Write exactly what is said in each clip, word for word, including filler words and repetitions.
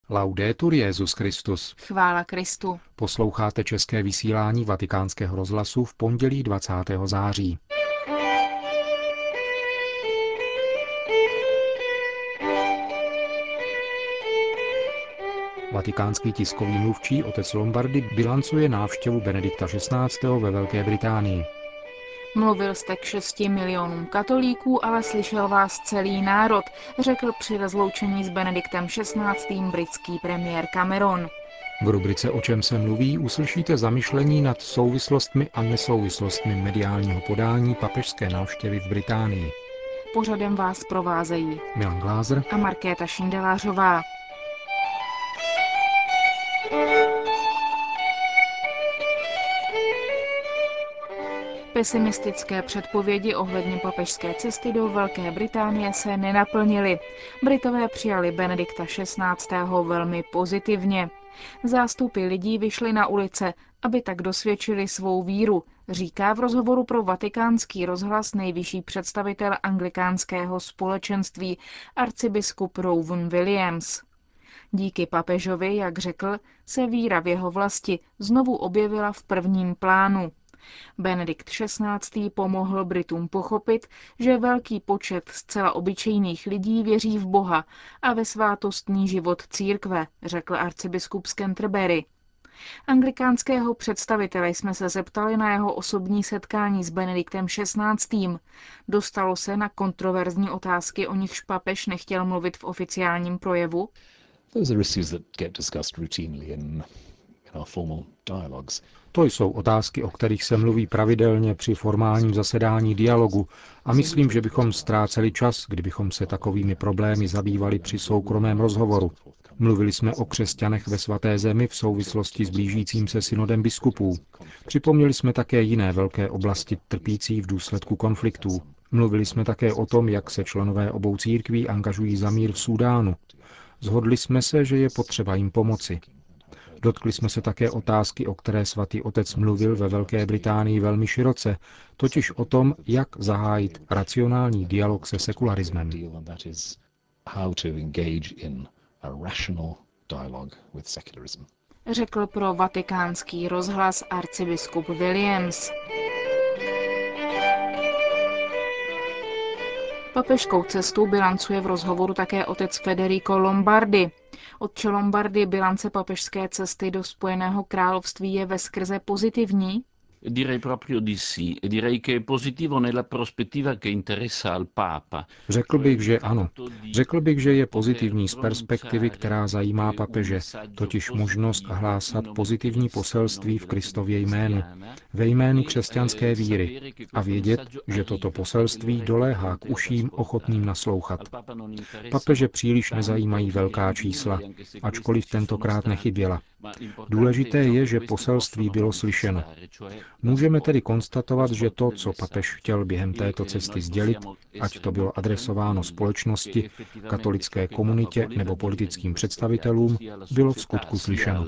Laudetur Jesus Christus. Chvála Kristu. Posloucháte české vysílání Vatikánského rozhlasu v pondělí dvacátého září. Vatikánský tiskový mluvčí otec Lombardy bilancuje návštěvu Benedikta šestnáctého ve Velké Británii. Mluvil jste k šesti milionům katolíků, ale slyšel vás celý národ, řekl při rozloučení s Benediktem šestnáctým britský premiér Cameron. V rubrice O čem se mluví uslyšíte zamyšlení nad souvislostmi a nesouvislostmi mediálního podání papežské návštěvy v Británii. Pořadem vás provázejí Milan Glázer a Markéta Šindelářová. Pesimistické předpovědi ohledně papežské cesty do Velké Británie se nenaplnily. Britové přijali Benedikta šestnáctého velmi pozitivně. Zástupy lidí vyšly na ulice, aby tak dosvědčili svou víru, říká v rozhovoru pro Vatikánský rozhlas nejvyšší představitel anglikánského společenství arcibiskup Rowan Williams. Díky papežovi, jak řekl, se víra v jeho vlasti znovu objevila v prvním plánu. Benedikt šestnáctý pomohl Britům pochopit, že velký počet zcela obyčejných lidí věří v Boha a ve svátostný život církve, řekl arcibiskup z Canterbury. Anglikánského představitele jsme se zeptali na jeho osobní setkání s Benediktem šestnáctým. Dostalo se na kontroverzní otázky, o nichž papež nechtěl mluvit v oficiálním projevu? To jsou otázky, o kterých se mluví pravidelně při formálním zasedání dialogu a myslím, že bychom ztráceli čas, kdybychom se takovými problémy zabývali při soukromém rozhovoru. Mluvili jsme o křesťanech ve svaté zemi v souvislosti s blížícím se synodem biskupů. Připomněli jsme také jiné velké oblasti trpící v důsledku konfliktů. Mluvili jsme také o tom, jak se členové obou církví angažují za mír v Súdánu. Shodli jsme se, že je potřeba jim pomoci. Dotkli jsme se také otázky, o které svatý otec mluvil ve Velké Británii velmi široce, totiž o tom, jak zahájit racionální dialog se sekularismem. Řekl pro Vatikánský rozhlas arcibiskup Williams. Papežskou cestu bilancuje v rozhovoru také otec Federico Lombardi. Otče Lombardi, bilance papežské cesty do Spojeného království je veskrze pozitivní? Řekl bych, že ano. Řekl bych, že je pozitivní z perspektivy, která zajímá papeže, totiž možnost hlásat pozitivní poselství v Kristově jménu, ve jménu křesťanské víry a vědět, že toto poselství doléhá k uším ochotným naslouchat. Papeže příliš nezajímají velká čísla, ačkoliv tentokrát nechyběla. Důležité je, že poselství bylo slyšeno. Můžeme tedy konstatovat, že to, co papež chtěl během této cesty sdělit, ať to bylo adresováno společnosti, katolické komunitě nebo politickým představitelům, bylo v skutku slyšeno.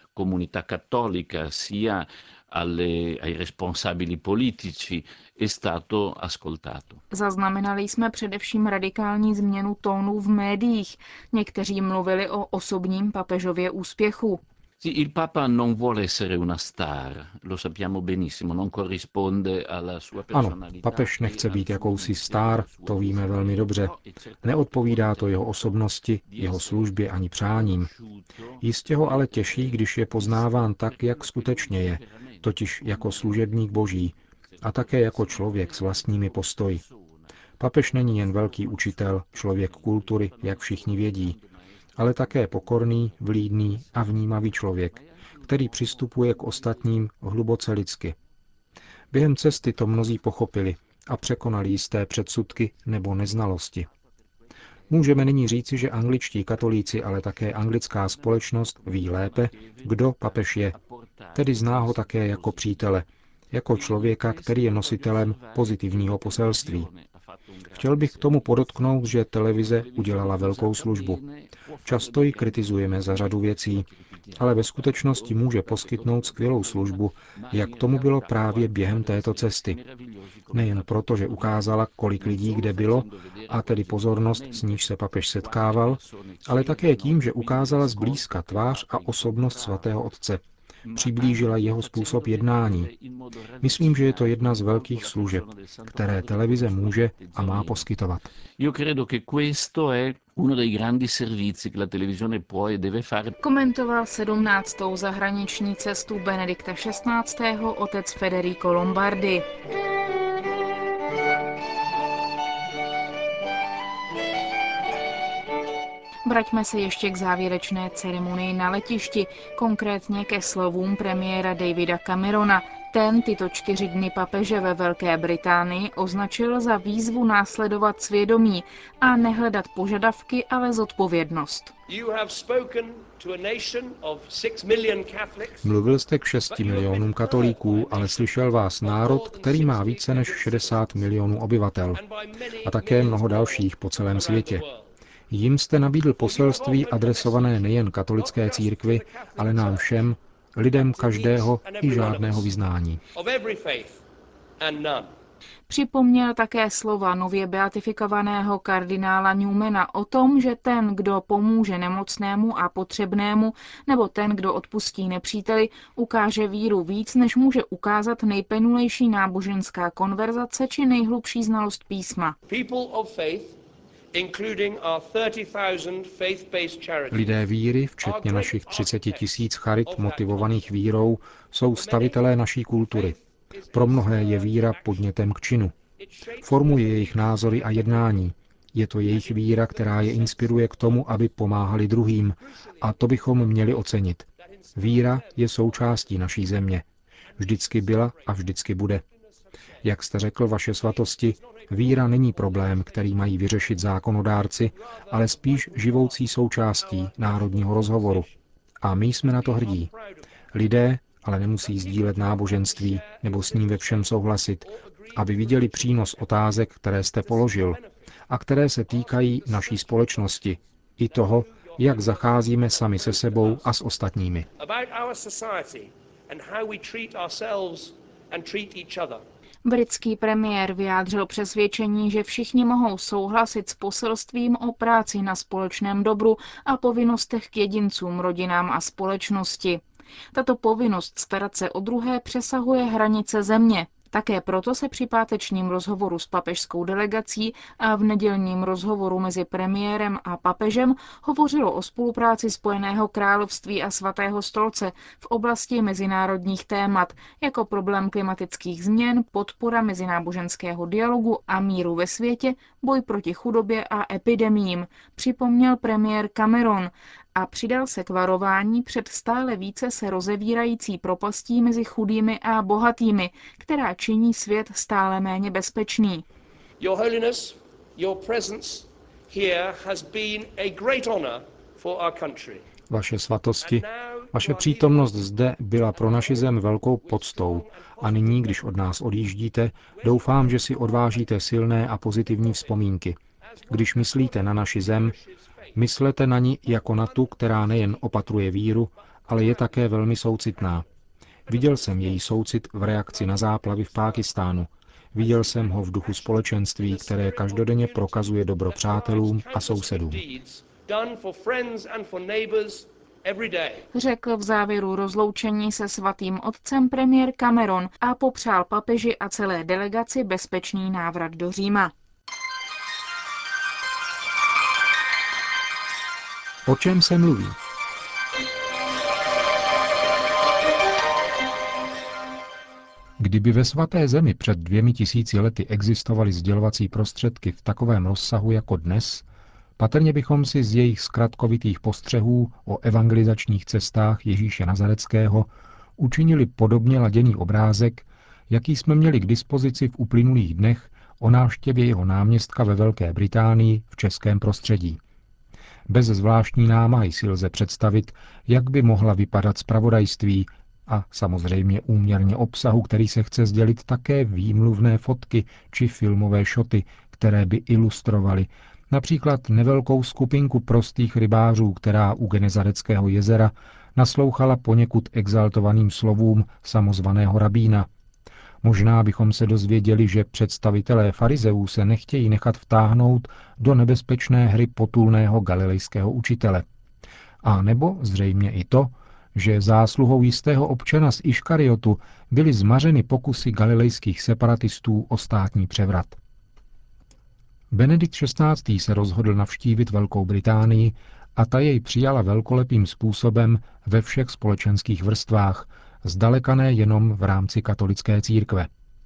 Zaznamenali jsme především radikální změnu tónů v médiích. Někteří mluvili o osobním papežově úspěchu. Il Papa non vuole essere una star, lo sappiamo benissimo, non corrisponde alla sua personalità. Ano, papež nechce být jakousi star, to víme velmi dobře. Neodpovídá to jeho osobnosti, jeho službě ani přáním. Jistě ho ale těší, když je poznáván tak, jak skutečně je, totiž jako služebník Boží a také jako člověk s vlastními postoji. Papež není jen velký učitel, člověk kultury, jak všichni vědí, ale také pokorný, vlídný a vnímavý člověk, který přistupuje k ostatním hluboce lidsky. Během cesty to mnozí pochopili a překonali jisté předsudky nebo neznalosti. Můžeme nyní říci, že angličtí katolíci, ale také anglická společnost ví lépe, kdo papež je, tedy zná ho také jako přítele, jako člověka, který je nositelem pozitivního poselství. Chtěl bych k tomu podotknout, že televize udělala velkou službu. Často ji kritizujeme za řadu věcí, ale ve skutečnosti může poskytnout skvělou službu, jak tomu bylo právě během této cesty. Nejen proto, že ukázala, kolik lidí kde bylo, a tedy pozornost, s níž se papež setkával, ale také tím, že ukázala zblízka tvář a osobnost svatého otce. Přiblížila jeho způsob jednání. Myslím, že je to jedna z velkých služeb, které televize může a má poskytovat. Komentoval sedmnáctou zahraniční cestu Benedikta šestnáctého otec Federico Lombardi. Vraťme se ještě k závěrečné ceremonii na letišti, konkrétně ke slovům premiéra Davida Camerona. Ten tyto čtyři dny papeže ve Velké Británii označil za výzvu následovat svědomí a nehledat požadavky, ale zodpovědnost. Mluvil jste k šesti milionům katolíků, ale slyšel vás národ, který má více než šedesát milionů obyvatel a také mnoho dalších po celém světě. Jim jste nabídl poselství adresované nejen katolické církvi, ale nám všem, lidem každého i žádného vyznání. Připomněl také slova nově beatifikovaného kardinála Newmana o tom, že ten, kdo pomůže nemocnému a potřebnému, nebo ten, kdo odpustí nepříteli, ukáže víru víc, než může ukázat nejplynulejší náboženská konverzace či nejhlubší znalost písma. Lidé víry, včetně našich třiceti tisíc charit motivovaných vírou, jsou stavitelé naší kultury. Pro mnohé je víra podnětem k činu. Formuje jejich názory a jednání. Je to jejich víra, která je inspiruje k tomu, aby pomáhali druhým. A to bychom měli ocenit. Víra je součástí naší země. Vždycky byla a vždycky bude. Jak jste řekl, vaše svatosti, víra není problém, který mají vyřešit zákonodárci, ale spíš živoucí součástí národního rozhovoru. A my jsme na to hrdí. Lidé ale nemusí sdílet náboženství nebo s ním ve všem souhlasit, aby viděli přínos otázek, které jste položil a které se týkají naší společnosti i toho, jak zacházíme sami se sebou a s ostatními. Britský premiér vyjádřil přesvědčení, že všichni mohou souhlasit s poselstvím o práci na společném dobru a povinnostech k jedincům, rodinám a společnosti. Tato povinnost starat se o druhé přesahuje hranice země. Také proto se při pátečním rozhovoru s papežskou delegací a v nedělním rozhovoru mezi premiérem a papežem hovořilo o spolupráci Spojeného království a Svatého stolce v oblasti mezinárodních témat, jako problém klimatických změn, podpora mezináboženského dialogu a míru ve světě, boj proti chudobě a epidemiím, připomněl premiér Cameron a přidal se k varování před stále více se rozevírající propastí mezi chudými a bohatými, která činí svět stále méně bezpečný. Your Holiness, your presence here has been a great honor for our country. Vaše svatosti, vaše přítomnost zde byla pro naši zem velkou poctou a nyní, když od nás odjíždíte, doufám, že si odvážíte silné a pozitivní vzpomínky. Když myslíte na naši zem, myslete na ní jako na tu, která nejen opatruje víru, ale je také velmi soucitná. Viděl jsem její soucit v reakci na záplavy v Pákistánu. Viděl jsem ho v duchu společenství, které každodenně prokazuje dobro přátelům a sousedům. Řekl v závěru rozloučení se svatým otcem premiér Cameron a popřál papeži a celé delegaci bezpečný návrat do Říma. O čem se mluví? Kdyby ve svaté zemi před dvěmi tisíci lety existovaly sdělovací prostředky v takovém rozsahu jako dnes, patrně bychom si z jejich zkratkovitých postřehů o evangelizačních cestách Ježíše Nazareckého učinili podobně laděný obrázek, jaký jsme měli k dispozici v uplynulých dnech o návštěvě jeho náměstka ve Velké Británii v českém prostředí. Bez zvláštní námahy si lze představit, jak by mohla vypadat zpravodajství a samozřejmě úměrně obsahu, který se chce sdělit, také výmluvné fotky či filmové šoty, které by ilustrovaly například nevelkou skupinku prostých rybářů, která u Genezareckého jezera naslouchala poněkud exaltovaným slovům samozvaného rabína. Možná bychom se dozvěděli, že představitelé farizeů se nechtějí nechat vtáhnout do nebezpečné hry potulného galilejského učitele. A nebo zřejmě i to, že zásluhou jistého občana z Iškariotu byly zmařeny pokusy galilejských separatistů o státní převrat. Benedikt šestnáctý. Se rozhodl navštívit Velkou Británii a ta jej přijala velkolepým způsobem ve všech společenských vrstvách, zdaleka ne jenom v rámci katolické církve.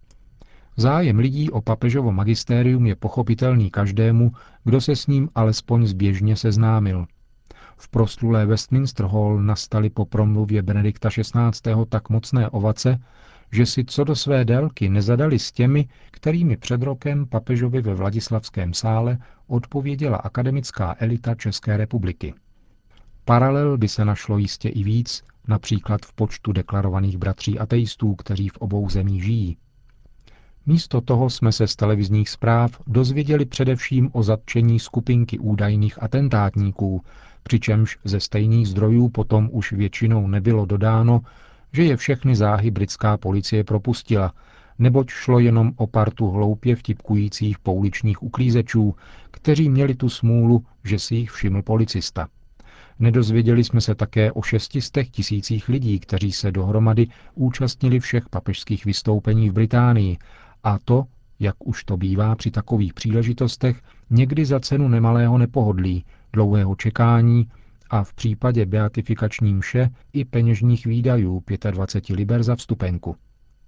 Zájem lidí o papežovo magistérium je pochopitelný každému, kdo se s ním alespoň zběžně seznámil. V proslulé Westminster Hall nastaly po promluvě Benedikta šestnáctého. Tak mocné ovace, že si co do své délky nezadali s těmi, kterými před rokem papežovi ve Vladislavském sále odpověděla akademická elita České republiky. Paralel by se našlo jistě i víc, například v počtu deklarovaných bratří ateistů, kteří v obou zemích žijí. Místo toho jsme se z televizních zpráv dozvěděli především o zatčení skupinky údajných atentátníků, přičemž ze stejných zdrojů potom už většinou nebylo dodáno, že je všechny záhy britská policie propustila, neboť šlo jenom o partu hloupě vtipkujících pouličních uklízečů, kteří měli tu smůlu, že si jich všiml policista. Nedozvěděli jsme se také o šestistech tisících lidí, kteří se dohromady účastnili všech papežských vystoupení v Británii, a to, jak už to bývá při takových příležitostech, někdy za cenu nemalého nepohodlí, dlouhého čekání a v případě beatifikační mše i peněžních výdajů dvacet pět liber za vstupenku.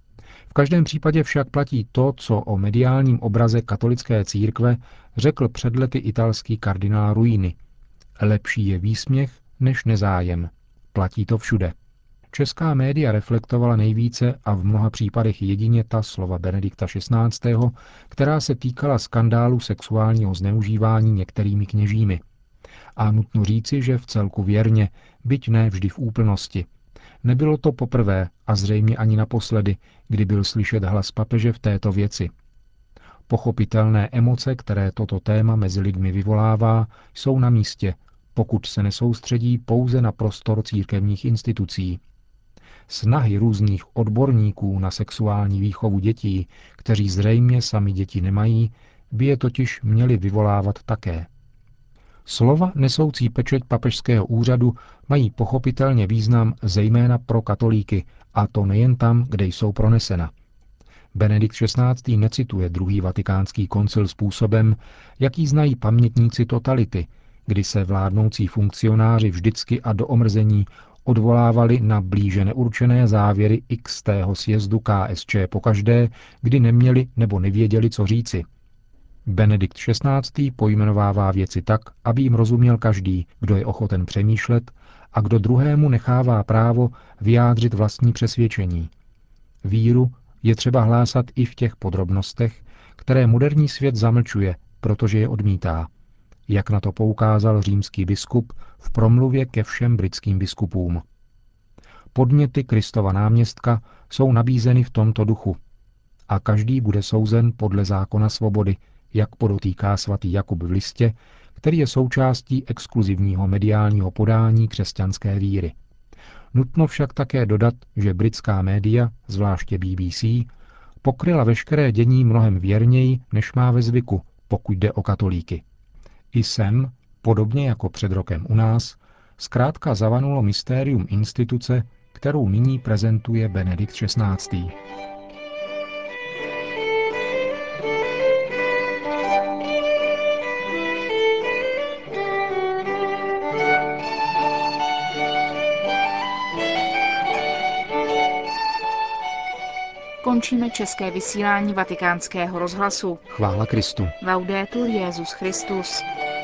V každém případě však platí to, co o mediálním obraze katolické církve řekl před lety italský kardinál Ruini. Lepší je výsměch než nezájem. Platí to všude. Česká média reflektovala nejvíce a v mnoha případech jedině ta slova Benedikta šestnáctého., která se týkala skandálu sexuálního zneužívání některými kněžími. A nutno říci, že v celku věrně, byť ne vždy v úplnosti. Nebylo to poprvé a zřejmě ani naposledy, kdy byl slyšet hlas papeže v této věci. Pochopitelné emoce, které toto téma mezi lidmi vyvolává, jsou na místě, pokud se nesoustředí pouze na prostor církevních institucí. Snahy různých odborníků na sexuální výchovu dětí, kteří zřejmě sami děti nemají, by je totiž měli vyvolávat také. Slova nesoucí pečeť papežského úřadu mají pochopitelně význam zejména pro katolíky, a to nejen tam, kde jsou pronesena. Benedikt šestnáctý. Necituje druhý vatikánský koncil způsobem, jaký znají pamětníci totality, kdy se vládnoucí funkcionáři vždycky a do omrzení odvolávali na blíže neurčené závěry xtého sjezdu K S Č pokaždé, kdy neměli nebo nevěděli, co říci. Benedikt šestnáctý. Pojmenovává věci tak, aby jim rozuměl každý, kdo je ochoten přemýšlet a kdo druhému nechává právo vyjádřit vlastní přesvědčení. Víru je třeba hlásat i v těch podrobnostech, které moderní svět zamlčuje, protože je odmítá. Jak na to poukázal římský biskup v promluvě ke všem britským biskupům. Podněty Kristova náměstka jsou nabízeny v tomto duchu a každý bude souzen podle zákona svobody, jak podotýká svatý Jakub v listě, který je součástí exkluzivního mediálního podání křesťanské víry. Nutno však také dodat, že britská média, zvláště B B C, pokryla veškeré dění mnohem věrněji, než má ve zvyku, pokud jde o katolíky. I sem, podobně jako před rokem u nás, zkrátka zavanulo mystérium instituce, kterou nyní prezentuje Benedikt šestnáctý. Končíme české vysílání Vatikánského rozhlasu. Chvála Kristu. Laudetur Jesus Christus.